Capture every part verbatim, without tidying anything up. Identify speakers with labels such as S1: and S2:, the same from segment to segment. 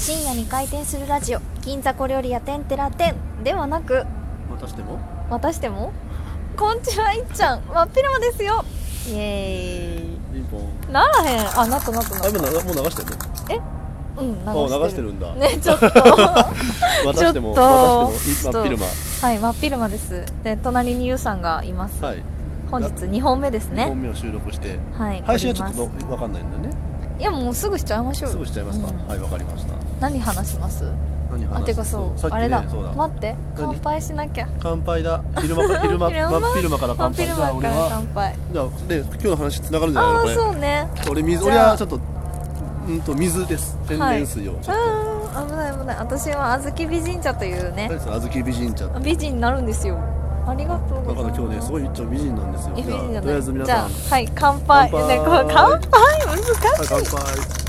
S1: 深夜に開店するラジオ銀座小料理屋てんてら店ではなく、
S2: またしても
S1: またしてもこんちはいっちゃん真っ昼間ですよ。イエーイ。
S2: ピンポン。
S1: ならへん。あ、なったなったなった。
S2: あ、今なもう流してるの？
S1: えうん流してる。
S2: あ、流してるんだ
S1: ね、ちょっと
S2: またしても
S1: ちょっと
S2: またしても真っ昼間。
S1: はい、真っ昼間です。で、隣にゆうさんがいます。
S2: はい。
S1: 本日にほんめですね。
S2: にほんめを収録して、
S1: はい、
S2: 配信はちょっと分かんないんだよね。
S1: いやもうすぐしちゃいましょうよ。
S2: すぐしちゃいますか、うん、はい、分かりました。
S1: 何話します？
S2: 何話す？
S1: あ、てかそう、
S2: そう、ね、
S1: あれだ、
S2: そうだ、
S1: 待って、乾杯しなきゃ。
S2: 乾杯だ。昼間から昼間真っ昼間から乾杯。
S1: 真っ昼間から乾杯。
S2: じゃあで今日の話つながるんじゃないのこれ。
S1: あ、そうね。
S2: 俺水、俺はちょっとうんと水です。天然水をちょっと、
S1: はい、うん、危ない危ない。私は小豆美人茶というね。
S2: 小豆美人茶。
S1: 美人になるんですよ。ありがとうございます。
S2: だから今日ねすごい一応美人なんですよ。
S1: 美人じゃない。
S2: とりあえず皆さん、
S1: じゃあはい乾杯。
S2: 乾杯。
S1: ね、これ乾杯難しい。
S2: はい、乾杯。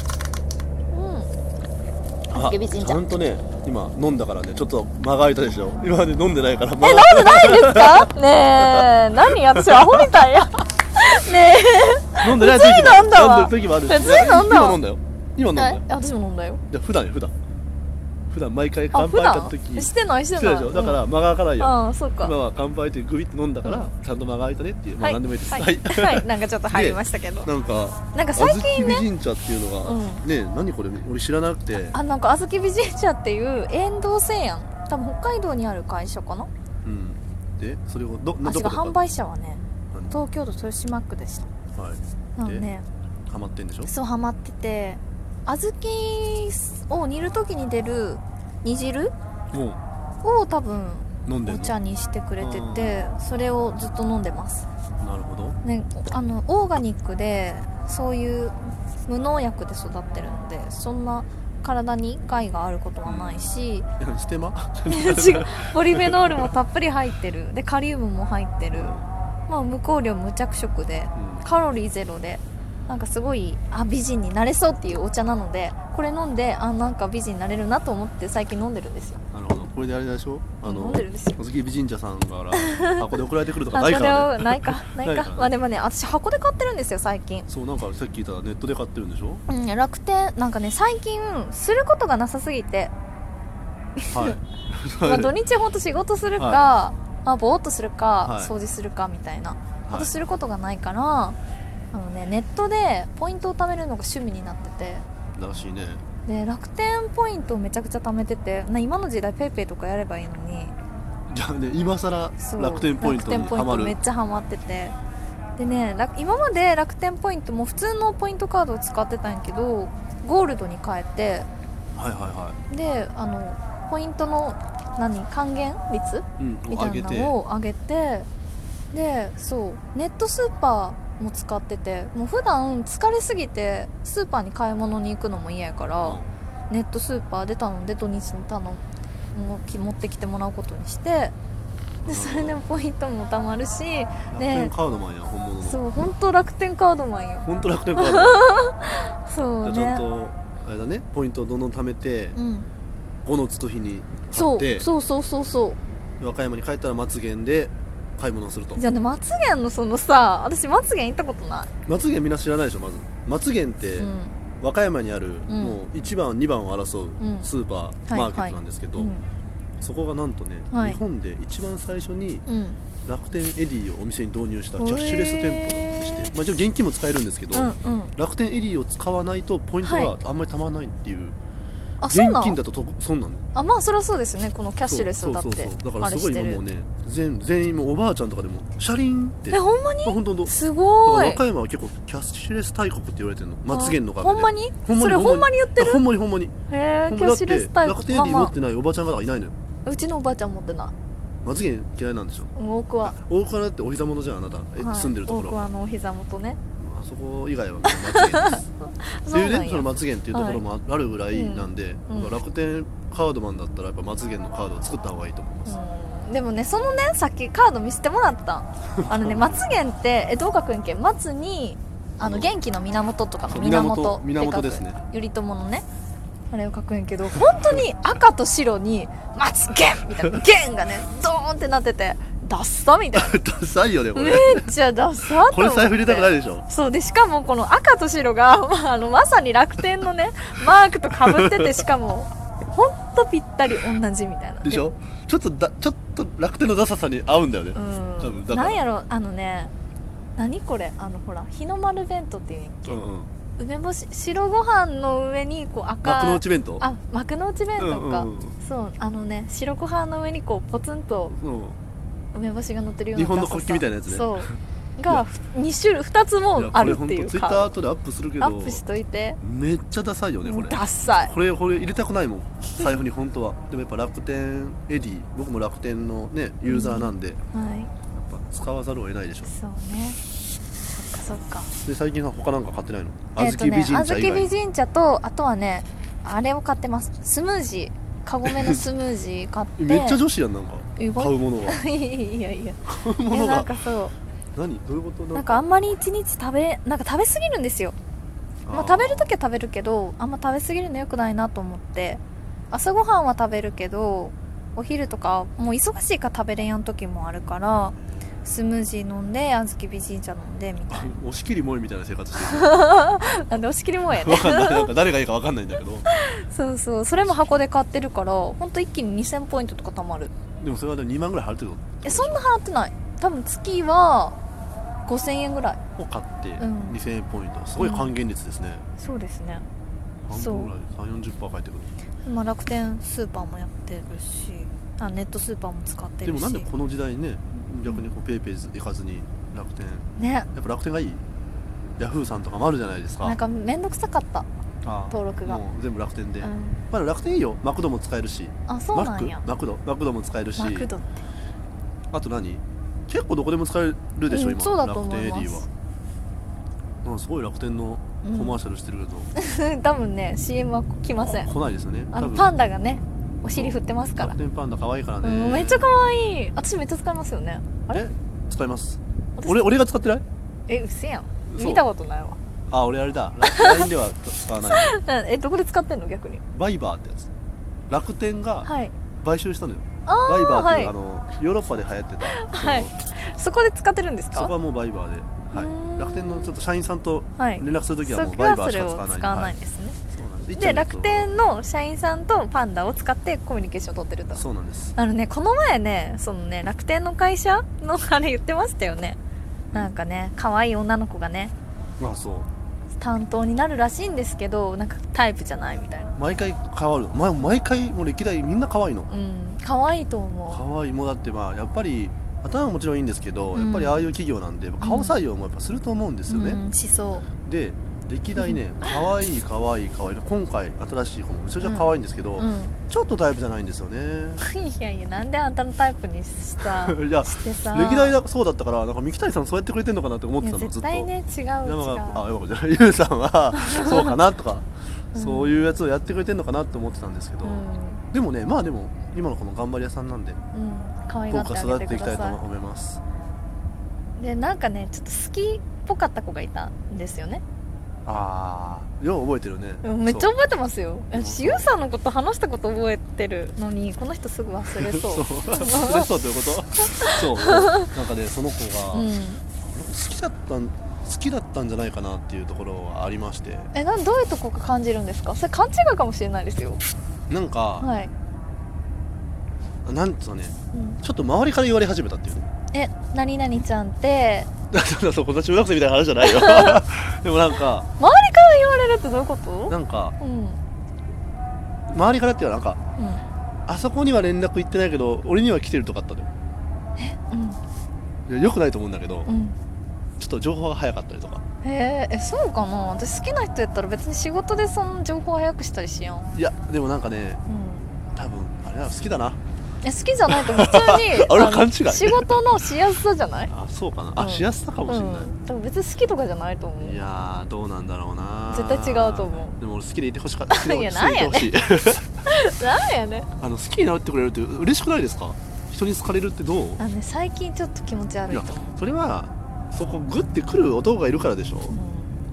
S2: あ、ちゃんとね今飲んだからねちょっと間が空いたでしょ。今まで飲んでないから。
S1: え、飲んでないんですか？ねえ、何私アホみたいや。ねえ。
S2: 飲んでない時も
S1: 飲んだわ。
S2: 飲んでる時もある。
S1: 普通に飲んだわ。
S2: 今飲んだよ。今飲んだよ。
S1: 私も飲んだよ。
S2: じゃ普段普段普段毎回乾杯した時
S1: してないしてない。
S2: だから間が空かないよ。
S1: ああ、そうか。
S2: 今は乾杯ってグビッと飲んだからちゃんと間が空いたねっていう。まあ何でもいいです。
S1: はいはい。なんかちょっと入りましたけど。
S2: なんか
S1: なんか最近ね。
S2: 小豆美人茶っていうのがね、何これ俺知らなくて。
S1: あ、なんか小豆美人茶っていう遠藤製薬、多分北海道にある会社かな。
S2: うん。でそれをどどこで
S1: 販売者はね東京都豊島区でした。はい。なので
S2: ハマってんでしょ。
S1: そうハマってて、小豆を煮るときに出る煮汁を多分お茶にしてくれてて、それをずっと飲んでます。
S2: なるほど、
S1: ね、あのオーガニックでそういう無農薬で育ってるのでそんな体に害があることはないし、
S2: うん、ステマ
S1: 違う、ポリフェノールもたっぷり入ってる。でカリウムも入ってる、まあ、無香料無着色で、うん、カロリーゼロでなんかすごいあ美人になれそうっていうお茶なので、これ飲んであなんか美人になれるなと思って最近飲んでるんですよ。
S2: なるほど。これであれでしょ、あの
S1: 飲んでるんですよ。
S2: 小豆美人茶さんから箱で送られてくるとかないからね。
S1: ないかないかまあでもね私箱で買ってるんですよ最近。そう
S2: なんかさっき聞いたらネットで買ってるんでしょ。
S1: うん、楽天なんかね最近することがなさすぎて、はいまあ土日ほんと仕事するか、はいまあ、ぼーっとするか、はい、掃除するかみたいな、あとすることがないから、はい、あのね、ネットでポイントを貯めるのが趣味になってて
S2: らしいね。
S1: で楽天ポイントをめちゃくちゃ貯めてて、な今の時代ペイペイとかやればいいのに、
S2: じゃあね今さら楽天ポイントにハマる。
S1: めっちゃハマってて、でね今まで楽天ポイントも普通のポイントカードを使ってたんやけどゴールドに変えて、
S2: はいはいはい、
S1: であのポイントの何還元率、うん、みたいなのを上げて、でそうネットスーパーも使ってて、もう普段疲れすぎてスーパーに買い物に行くのも嫌やから、うん、ネットスーパーで頼んで土日に頼む持ってきてもらうことにして、でそれでポイントもたまるし、
S2: 楽天カードマンや本物の。
S1: そう本当楽天カードマンよ。
S2: 本当楽天カードマン
S1: そうね。
S2: ちゃんとあれだね、ポイントをどんどん貯めて、うん、ごのつと日に買って、
S1: そうそうそうそう
S2: 和歌山に帰ったらまつげんで買い物をすると。
S1: じゃあね、まつげんのそのさ、私まつげん行ったことない。
S2: まつげんみんな知らないでしょ。まずまつげんって、うん、和歌山にある、うん、もういちばんにばんを争うスーパーマーケットなんですけど、はいはい、そこがなんとね、はい、日本で一番最初に楽天エディをお店に導入したキャッシュレス店舗でして、まあ、一応現金も使えるんですけど、うんうん、楽天エディを使わないとポイントがあんまりたまらないっていう、はい、現金だととそうなんだ。
S1: あ、まあそれはそうですね。このキャッシュレスだって
S2: そうそうそうそう、だからすごい今もうね 全, 全員もおばあちゃんとかでもシャリンって。
S1: え、ほんまに？
S2: ほんと
S1: すごい。
S2: 和歌山は結構キャッシュレス大国って言われてるの。まつげんのから
S1: ほんまに？それほんまに言ってる？
S2: ほんまにほんまに。
S1: へー、キャッシュレス大国。
S2: 楽天エディ持ってないおばあちゃんがいないのよ。
S1: うちのおばあちゃん持ってない。
S2: まつげん嫌いなんでしょ。
S1: 大桑
S2: 大桑だってお膝元じゃんあなた、え、はい、住んでるところ。
S1: 大桑のお膝元ね。
S2: あそこ以外はまつげんですっていうね、そのまつげんっていうところもあるぐらいなんで、はい、うん、楽天カードマンだったらやっぱまつげんのカードを作った方がいいと思います。
S1: うん、でもね、そのね、さっきカード見せてもらったあのね、まつげんってえどう書くんけ？松にあの元気の源とかの源って書く。
S2: 源ですね。
S1: 頼朝のね。 あれを書くんやけど、本当に赤と白に「マツゲン!」みたいなゲンがねドーンってなってて、ダッサみたいな
S2: ダサいよねこれ。
S1: めっちゃダッサと思って。
S2: これ財布入れたくないでしょ。
S1: そうで、しかもこの赤と白が、まあ、あのまさに楽天のねマークとかぶってて、しかもほんとぴったり同じみたいな
S2: でしょ。ちょっとだちょっと楽天のダサさに合うんだよね。
S1: うん
S2: 多分だから
S1: なんやろ、あのね、何これ、あのほら日の丸弁当っていうんやっけ、
S2: うんうん、
S1: 梅干し白ご飯の上にこう赤
S2: 幕の内弁当。
S1: あ幕の内弁当か、
S2: うんうんうん、
S1: そうあのね白ご飯の上にこうポツンと梅干しが乗ってるような
S2: 日本の国旗みたいなやつね。
S1: そうがに種類ふたつもあるっていうか、
S2: ツイッター後でアップするけど
S1: アップしといて、
S2: めっちゃダサいよねこれ。
S1: ダサい。
S2: これこれ入れたくないもん財布に本当は。でもやっぱ楽天エディ、僕も楽天のねユーザーなんで、
S1: うん、はい、
S2: やっぱ使わざるを得ないでしょ。
S1: そうね、そっかそっか。
S2: で最近は他なんか買ってないの？
S1: えーとね、
S2: 小豆美人茶以外。
S1: 小豆美人茶と、あとはねあれを買ってます、スムージー、カゴメのスムージー買って
S2: めっちゃ女子やん、なんか買うものが
S1: いやいや
S2: 買うものが
S1: なんかそう
S2: 何どういうこと？
S1: なんかあんまり一日食べなんか食べ過ぎるんですよ。まあ、食べるときは食べるけど、あんま食べ過ぎるの良くないなと思って、朝ごはんは食べるけどお昼とかもう忙しいから食べれんやん時もあるから、スムージー飲んで小豆美人茶飲んでみたいな。
S2: 押し切り萌えみたいな生活してる
S1: なんで押し切り萌えやね
S2: わかんない、なんか誰がいいかわかんないんだけど
S1: そうそう、それも箱で買ってるからほんと一気ににせんポイントとか貯まる。
S2: でもそれはでもにまんぐらい払ってるの？
S1: えそんな払ってない、多分月はごせんえんぐらい
S2: を買って
S1: うん
S2: にせんえんポイント、すごい還元率ですね、
S1: そうですね。
S2: 半分ぐらい さんじゅうよんじゅっパーセント 返ってくる。
S1: まあ、楽天スーパーもやってるし、あネットスーパーも使ってるし。
S2: でもなんでこの時代にね逆にこうペイペイ行かずに楽天、
S1: ね、
S2: やっぱ楽天がいい。ヤフーさんとかもあるじゃないですか。
S1: なんかめんどくさかった
S2: あ
S1: 登録が。
S2: もう全部楽天で、
S1: うん、
S2: まだ楽天いいよ。マクドも使えるし、
S1: あそうなんや。
S2: マクドマクドも使えるし、
S1: マクドって
S2: あと何結構どこでも使えるでしょ、
S1: うん、
S2: 今
S1: そうだと思います。
S2: 楽天エディはなんかすごい楽天のコマーシャルしてるけど、
S1: うん、多分ね シーエム は来ません。
S2: 来ないですよね。
S1: あのパンダがねお尻振ってますから。
S2: 楽天パンダ可愛いからね、
S1: うん、めっちゃ可愛い。私めっちゃ使いますよね。あれ
S2: え使います。俺俺が使ってない？
S1: えうせやん、見たことないわ。
S2: あ俺あれだ、ラインでは使わない
S1: えどこで使ってんの逆に？
S2: バイバーってやつ、楽天が
S1: はい
S2: 買収したのよ、
S1: あ
S2: バイバーっていう、
S1: はい、
S2: あのヨーロッパで流行ってた、
S1: はい、そこで使ってるんですか？
S2: そこはもうバイバーで、はい、楽天のちょっと社員さんと連絡するときはもう
S1: そ
S2: バイバーし
S1: それを
S2: か使わない。
S1: 使わないんですね、
S2: はい、そうなんです。
S1: で楽天の社員さんとパンダを使ってコミュニケーションを取ってると。
S2: そうなんです。
S1: あのねこの前ねそのね楽天の会社のあれ言ってましたよね。なんかね可愛い女の子がね
S2: あそう
S1: 担当になるらしいんですけど、なんかタイプじゃないみたいな。
S2: 毎回変わる、ま、毎回もう歴代みんな可愛いの。
S1: うん可愛いと思
S2: 可愛いもうだってまあやっぱり頭はもちろんいいんですけど、
S1: うん、
S2: やっぱりああいう企業なんで顔採用もやっぱすると思うんですよね、
S1: うん、しそう
S2: で歴代ね可愛い可愛い可愛い今回新しい子もめちゃくちゃ可愛いんですけど、
S1: うんうん、
S2: ちょっとタイプじゃないんですよね
S1: いやいやなんであんたのタイプにした
S2: いや
S1: してさ
S2: 歴代だそうだったからなんか三木谷さんそうやってくれてんのかなって思ってたのずっと。
S1: 絶対ね違う違う
S2: 山があ山がじゃないゆうさんはそうかなとか、うん、そういうやつをやってくれてんのかなって思ってたんですけど、うん、でもねまあでも今のこの頑張り屋さんなんで、うん、
S1: 可愛がってあげてください。
S2: 僕は育てていきたいと思います。
S1: でなんかねちょっと好きっぽかった子がいたんですよね。
S2: ああよう覚えてるね。
S1: めっちゃ覚えてますよ。私ゆうさんのこと話したこと覚えてるのにこの人すぐ忘れそう
S2: そう忘れそうってことそうなんかねその子が、うん、好きだったん好きだったんじゃないかなっていうところはありまして。
S1: えなんどういうとこか感じるんですか？それ勘違いかもしれないですよ。
S2: なんか、
S1: はい、
S2: なんつうのね、
S1: うん、
S2: ちょっと周りから言われ始めたっていうね。
S1: え何々ちゃんって
S2: そうこんな中学生みたいな話じゃないよでもなんか周りから
S1: 言われるってどういうこと？
S2: なんか、
S1: うん、
S2: 周りからっていうのはなんか、
S1: うん、
S2: あそこには連絡行ってないけど俺には来てるとかあったのよ。
S1: え、
S2: うん、いやよくないと思うんだけど、
S1: うん、
S2: ちょっと情報が早かったりとか。
S1: へえそうかな。私好きな人やったら別に仕事でその情報早くしたりしやん。
S2: いやでもなんかね、
S1: うん、
S2: 多分あれは好きだな。
S1: いや好きじゃないと普通に
S2: あれは勘違い
S1: 仕事のしやすさじゃない？
S2: あそうかな、あ、
S1: うん、
S2: しやすさかもしれない、うん、
S1: 多分別に好きとかじゃないと思う。
S2: いやーどうなんだろうな。
S1: 絶対違うと思う。
S2: でも俺好きでいてほしかった。
S1: いやなんやねんなんやね
S2: あの好きになってくれるって嬉しくないですか？人に好かれるってどう？
S1: あの、ね、最近ちょっと気持ち悪いと思う。
S2: いやそれはそこグッてくる男がいるからでしょ、うん、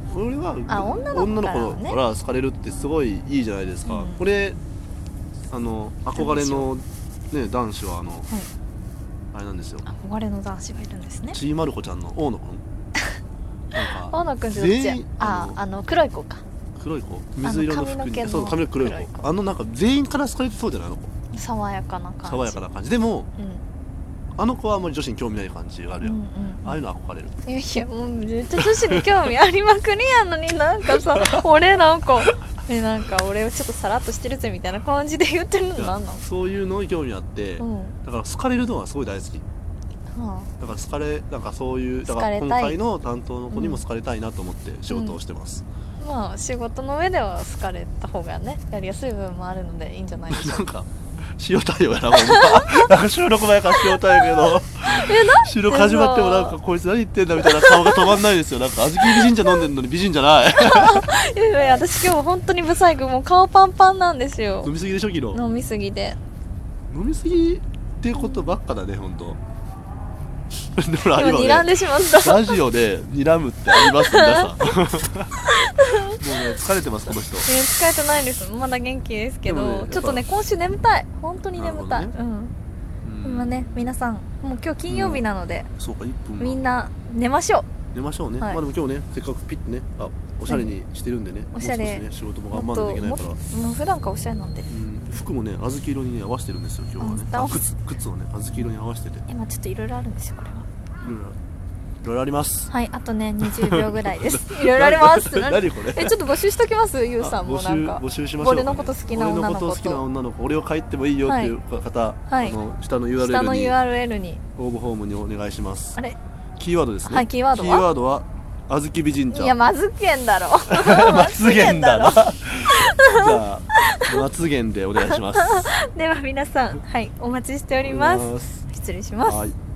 S2: 俺は
S1: あ女の子からはね
S2: 女の子から好かれるってすごいいいじゃないですか、うん、これあの憧れの、ね、男子はあの、はい、あれなんですよ、
S1: 憧れの男子がいるんですね。
S2: ちいまる子ちゃんの大野くんなんか
S1: 大野くんってどっちや、ああの黒い子か、
S2: 黒い子、水色の服にそう髪の黒い子、黒い子、あのなんか全員から好かれてそうじゃないあの子、
S1: 爽やかな感じ、
S2: 爽やかな感じでも、うん、あの子はあんまり女子に興味ない感じがあるやん、うんうん、ああいうの憧れる。
S1: いやいやもうめっちゃ女子に興味ありまくりやのになんかさ俺なんかえなんか俺をちょっとさらっとしてるぜみたいな感じで言ってるのなんなん？
S2: そういうのに興味あって、うん、だから好かれるのはすごい大好き、はあ、だから好かれなんかそういうだから今回の担当の子にも好かれたいなと思って仕事をしてます、
S1: うんうん、まあ仕事の上では好かれた方がねやりやすい部分もあるのでいいんじゃないでしょうか。なんか
S2: 塩対応やな、もうなんか収録前から塩対応やけど収録始まってもなんかこいつ何言ってんだみたいな顔が止まんないですよ。なんか小豆美人茶飲んでんのに美人じゃない
S1: いやいや私今日本当にブサイク、もう顔パンパンなんですよ。
S2: 飲みすぎでしょ昨日。
S1: 飲みすぎで
S2: 飲みすぎってことばっかだね本当。
S1: でも今ね、睨んでしまった
S2: ラジオで睨むってあります皆さんもうね疲れてますこの人。
S1: いや疲れてないです、まだ元気ですけど、ね、ちょっとね今週眠たい、本当に眠たい、ね、うん、うん、今ね皆さんもう今日金曜日なので、
S2: うん、そうかいっぷん
S1: みんな寝ましょう
S2: 寝ましょうね、はい、まあでも今日ねせっかくピッてねあおしゃれにしてるんでね、
S1: おしゃれ、
S2: もう少しね仕事も頑張らなきゃいけないから、も
S1: もう普段からおしゃれなんで、うん、
S2: 服もね小豆色に、ね、合わせてるんですよ今日はね、あ靴靴をね小豆色に合わせてて、
S1: 今ちょっといろいろあるんですよこれは。
S2: いろいろいろいろあります。
S1: はい、あとねにじゅうびょうぐらいですいろいろあります
S2: 何これ
S1: えちょっと募集しときます、ゆうさんもなんか
S2: 募集しましょう、
S1: 俺のこと好きな女の子と、
S2: 俺のこと好きな女の子、俺を帰ってもいいよっていう方、はい、あの下の ユーアールエル に,
S1: 下の ユーアールエル に
S2: 応募フォームにお願いします。
S1: あれ
S2: キーワードですね。
S1: はい、キーワードは
S2: キーワードは小豆美人茶。
S1: いやまずげんだろ
S2: まつげんだろじゃあまつげんでお願いします
S1: では皆さん、はい、お待ちしております。失礼します。はい。